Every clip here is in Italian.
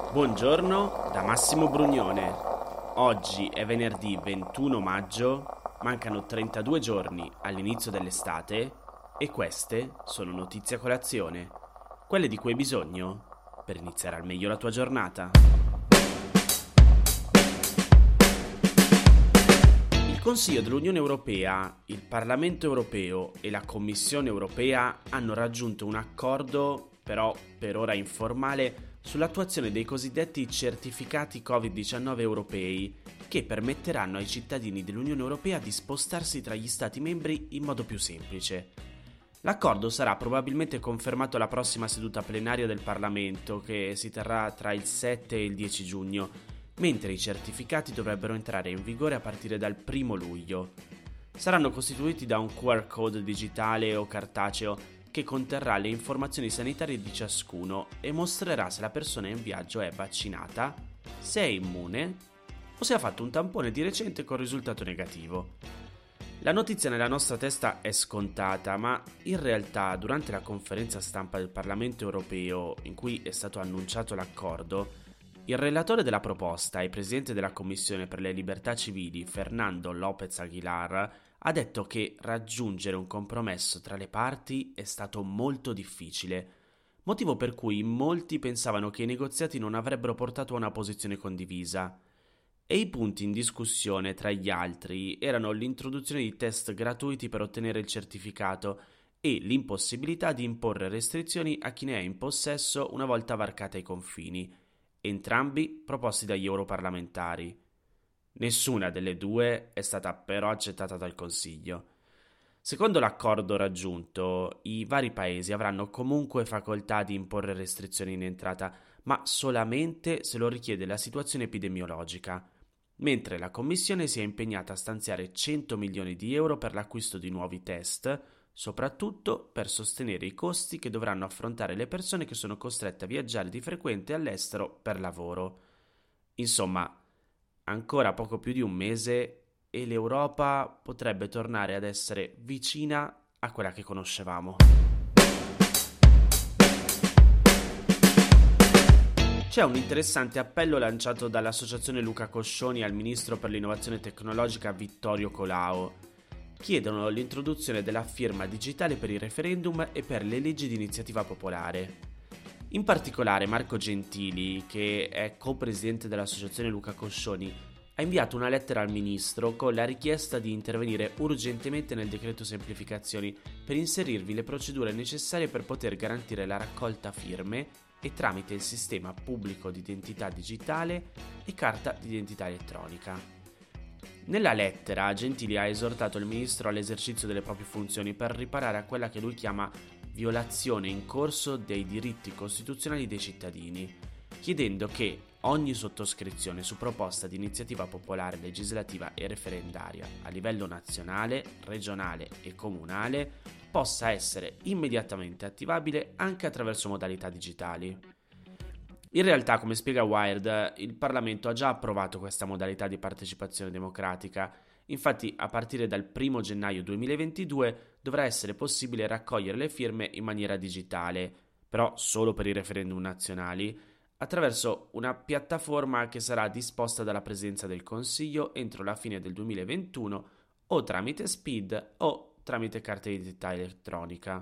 Buongiorno da Massimo Brugnone. Oggi è venerdì 21 maggio, mancano 32 giorni all'inizio dell'estate e queste sono notizie a colazione, quelle di cui hai bisogno per iniziare al meglio la tua giornata. Il Consiglio dell'Unione Europea, il Parlamento Europeo e la Commissione Europea hanno raggiunto un accordo, però per ora informale, sull'attuazione dei cosiddetti certificati Covid-19 europei, che permetteranno ai cittadini dell'Unione Europea di spostarsi tra gli Stati membri in modo più semplice. L'accordo sarà probabilmente confermato alla prossima seduta plenaria del Parlamento, che si terrà tra il 7 e il 10 giugno, mentre i certificati dovrebbero entrare in vigore a partire dal 1 luglio. Saranno costituiti da un QR code digitale o cartaceo che conterrà le informazioni sanitarie di ciascuno e mostrerà se la persona in viaggio è vaccinata, se è immune o se ha fatto un tampone di recente con risultato negativo. La notizia nella nostra testa è scontata, ma in realtà durante la conferenza stampa del Parlamento europeo in cui è stato annunciato l'accordo, il relatore della proposta e presidente della Commissione per le Libertà Civili, Fernando López Aguilar, ha detto che raggiungere un compromesso tra le parti è stato molto difficile, motivo per cui molti pensavano che i negoziati non avrebbero portato a una posizione condivisa. E i punti in discussione, tra gli altri, erano l'introduzione di test gratuiti per ottenere il certificato e l'impossibilità di imporre restrizioni a chi ne è in possesso una volta varcata i confini, entrambi proposti dagli europarlamentari. Nessuna delle due è stata però accettata dal Consiglio. Secondo l'accordo raggiunto, i vari paesi avranno comunque facoltà di imporre restrizioni in entrata, ma solamente se lo richiede la situazione epidemiologica, mentre la Commissione si è impegnata a stanziare 100 milioni di euro per l'acquisto di nuovi test, soprattutto per sostenere i costi che dovranno affrontare le persone che sono costrette a viaggiare di frequente all'estero per lavoro. Insomma, ancora poco più di un mese e l'Europa potrebbe tornare ad essere vicina a quella che conoscevamo. C'è un interessante appello lanciato dall'associazione Luca Coscioni al ministro per l'innovazione tecnologica Vittorio Colao. Chiedono l'introduzione della firma digitale per i referendum e per le leggi di iniziativa popolare. In particolare Marco Gentili, che è co-presidente dell'associazione Luca Coscioni, ha inviato una lettera al ministro con la richiesta di intervenire urgentemente nel decreto semplificazioni per inserirvi le procedure necessarie per poter garantire la raccolta firme e tramite il sistema pubblico di identità digitale e carta d'identità elettronica. Nella lettera Gentili ha esortato il ministro all'esercizio delle proprie funzioni per riparare a quella che lui chiama violazione in corso dei diritti costituzionali dei cittadini, chiedendo che ogni sottoscrizione su proposta di iniziativa popolare legislativa e referendaria a livello nazionale, regionale e comunale possa essere immediatamente attivabile anche attraverso modalità digitali. In realtà, come spiega Wired, il Parlamento ha già approvato questa modalità di partecipazione democratica. Infatti, a partire dal 1 gennaio 2022 dovrà essere possibile raccogliere le firme in maniera digitale, però solo per i referendum nazionali, attraverso una piattaforma che sarà disposta dalla Presidenza del Consiglio entro la fine del 2021 o tramite SPID o tramite carta di identità elettronica.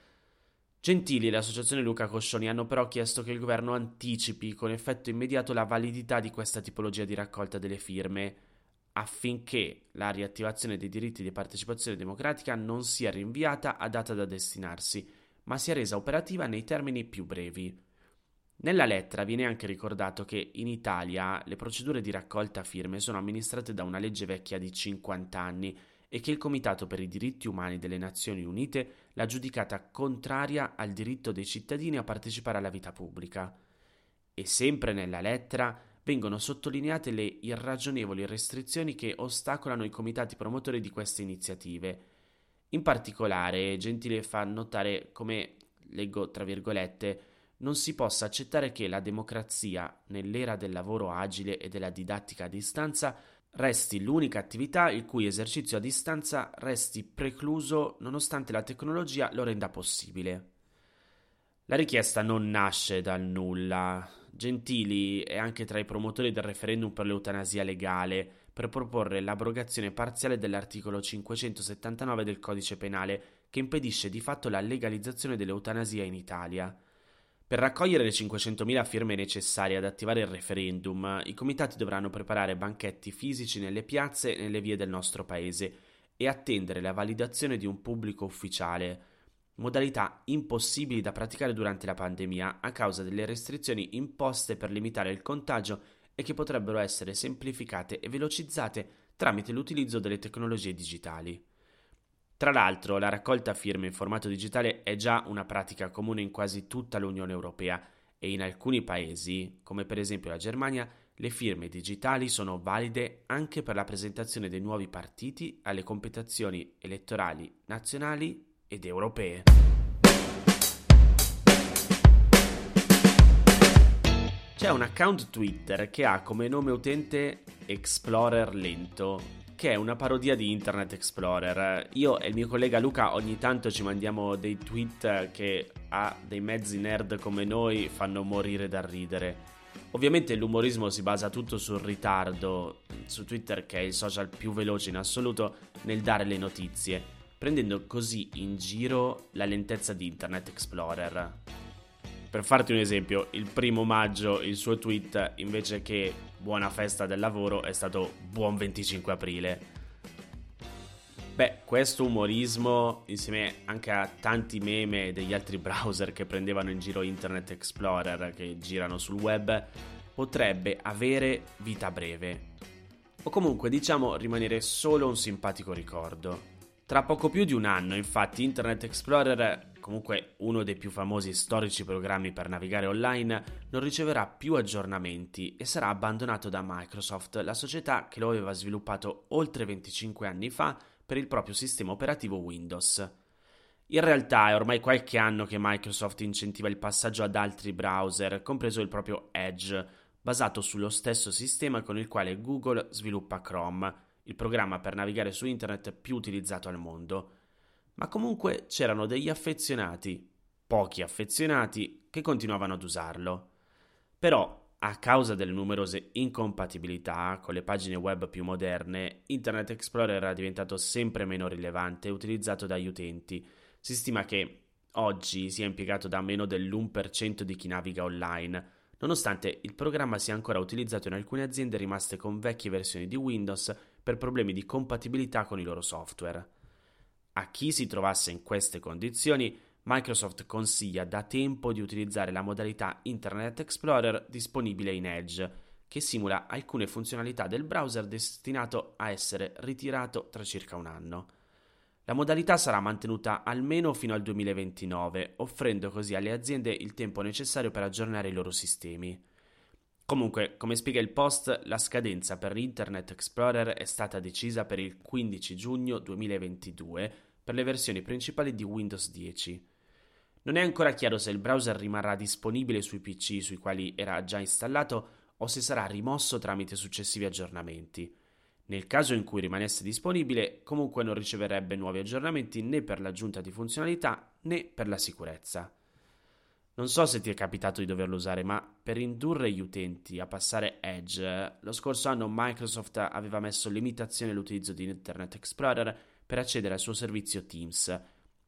Gentili e l'associazione Luca Coscioni hanno però chiesto che il governo anticipi con effetto immediato la validità di questa tipologia di raccolta delle firme, affinché la riattivazione dei diritti di partecipazione democratica non sia rinviata a data da destinarsi, ma sia resa operativa nei termini più brevi. Nella lettera viene anche ricordato che in Italia le procedure di raccolta firme sono amministrate da una legge vecchia di 50 anni e che il Comitato per i diritti umani delle Nazioni Unite l'ha giudicata contraria al diritto dei cittadini a partecipare alla vita pubblica. E sempre nella lettera vengono sottolineate le irragionevoli restrizioni che ostacolano i comitati promotori di queste iniziative. In particolare, Gentile fa notare come, leggo tra virgolette, non si possa accettare che la democrazia, nell'era del lavoro agile e della didattica a distanza, resti l'unica attività il cui esercizio a distanza resti precluso nonostante la tecnologia lo renda possibile. La richiesta non nasce dal nulla. Gentili è anche tra i promotori del referendum per l'eutanasia legale, per proporre l'abrogazione parziale dell'articolo 579 del Codice Penale, che impedisce di fatto la legalizzazione dell'eutanasia in Italia. Per raccogliere le 500.000 firme necessarie ad attivare il referendum, i comitati dovranno preparare banchetti fisici nelle piazze e nelle vie del nostro paese e attendere la validazione di un pubblico ufficiale, modalità impossibili da praticare durante la pandemia a causa delle restrizioni imposte per limitare il contagio e che potrebbero essere semplificate e velocizzate tramite l'utilizzo delle tecnologie digitali. Tra l'altro, la raccolta firme in formato digitale è già una pratica comune in quasi tutta l'Unione Europea e in alcuni paesi, come per esempio la Germania, le firme digitali sono valide anche per la presentazione dei nuovi partiti alle competizioni elettorali nazionali ed europee. C'è un account Twitter che ha come nome utente Explorer Lento, che è una parodia di Internet Explorer. Io e il mio collega Luca ogni tanto ci mandiamo dei tweet che a dei mezzi nerd come noi fanno morire da ridere. Ovviamente l'umorismo si basa tutto sul ritardo, su Twitter che è il social più veloce in assoluto nel dare le notizie, prendendo così in giro la lentezza di Internet Explorer. Per farti un esempio, il 1 maggio il suo tweet, invece che buona festa del lavoro, è stato buon 25 aprile. Beh, questo umorismo, insieme anche a tanti meme degli altri browser che prendevano in giro Internet Explorer che girano sul web, potrebbe avere vita breve. O comunque, diciamo, rimanere solo un simpatico ricordo. Tra poco più di un anno, infatti, Internet Explorer, comunque uno dei più famosi e storici programmi per navigare online, non riceverà più aggiornamenti e sarà abbandonato da Microsoft, la società che lo aveva sviluppato oltre 25 anni fa per il proprio sistema operativo Windows. In realtà è ormai qualche anno che Microsoft incentiva il passaggio ad altri browser, compreso il proprio Edge, basato sullo stesso sistema con il quale Google sviluppa Chrome, il programma per navigare su internet più utilizzato al mondo. Ma comunque c'erano degli affezionati, pochi affezionati, che continuavano ad usarlo. Però, a causa delle numerose incompatibilità con le pagine web più moderne, Internet Explorer era diventato sempre meno rilevante e utilizzato dagli utenti. Si stima che oggi sia impiegato da meno dell'1% di chi naviga online, nonostante il programma sia ancora utilizzato in alcune aziende rimaste con vecchie versioni di Windows per problemi di compatibilità con i loro software. A chi si trovasse in queste condizioni, Microsoft consiglia da tempo di utilizzare la modalità Internet Explorer disponibile in Edge, che simula alcune funzionalità del browser destinato a essere ritirato tra circa un anno. La modalità sarà mantenuta almeno fino al 2029, offrendo così alle aziende il tempo necessario per aggiornare i loro sistemi. Comunque, come spiega il post, la scadenza per Internet Explorer è stata decisa per il 15 giugno 2022 per le versioni principali di Windows 10. Non è ancora chiaro se il browser rimarrà disponibile sui PC sui quali era già installato o se sarà rimosso tramite successivi aggiornamenti. Nel caso in cui rimanesse disponibile, comunque non riceverebbe nuovi aggiornamenti né per l'aggiunta di funzionalità né per la sicurezza. Non so se ti è capitato di doverlo usare, ma per indurre gli utenti a passare Edge, lo scorso anno Microsoft aveva messo limitazione all'utilizzo di Internet Explorer per accedere al suo servizio Teams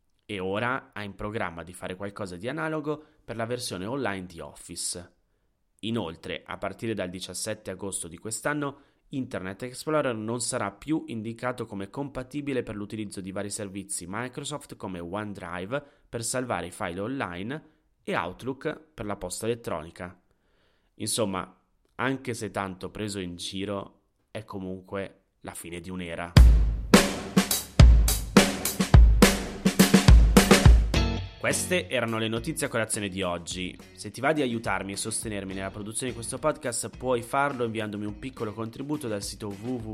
e ora ha in programma di fare qualcosa di analogo per la versione online di Office. Inoltre, a partire dal 17 agosto di quest'anno, Internet Explorer non sarà più indicato come compatibile per l'utilizzo di vari servizi Microsoft come OneDrive per salvare i file online e Outlook per la posta elettronica. Insomma, anche se tanto preso in giro, è comunque la fine di un'era. Queste erano le notizie a colazione di oggi. Se ti va di aiutarmi e sostenermi nella produzione di questo podcast, puoi farlo inviandomi un piccolo contributo dal sito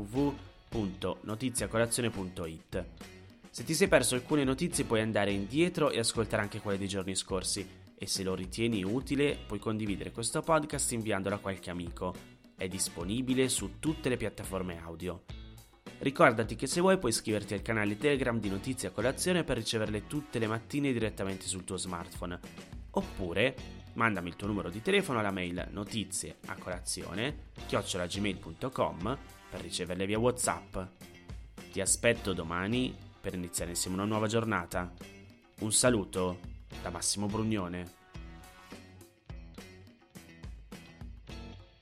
www.notiziacolazione.it. Se ti sei perso alcune notizie puoi andare indietro e ascoltare anche quelle dei giorni scorsi. E se lo ritieni utile, puoi condividere questo podcast inviandolo a qualche amico. È disponibile su tutte le piattaforme audio. Ricordati che se vuoi puoi iscriverti al canale Telegram di Notizie a Colazione per riceverle tutte le mattine direttamente sul tuo smartphone. Oppure Mandami il tuo numero di telefono alla mail notizie@gmail.com per riceverle via WhatsApp. Ti aspetto domani per iniziare insieme una nuova giornata. Un saluto da Massimo Brugnone.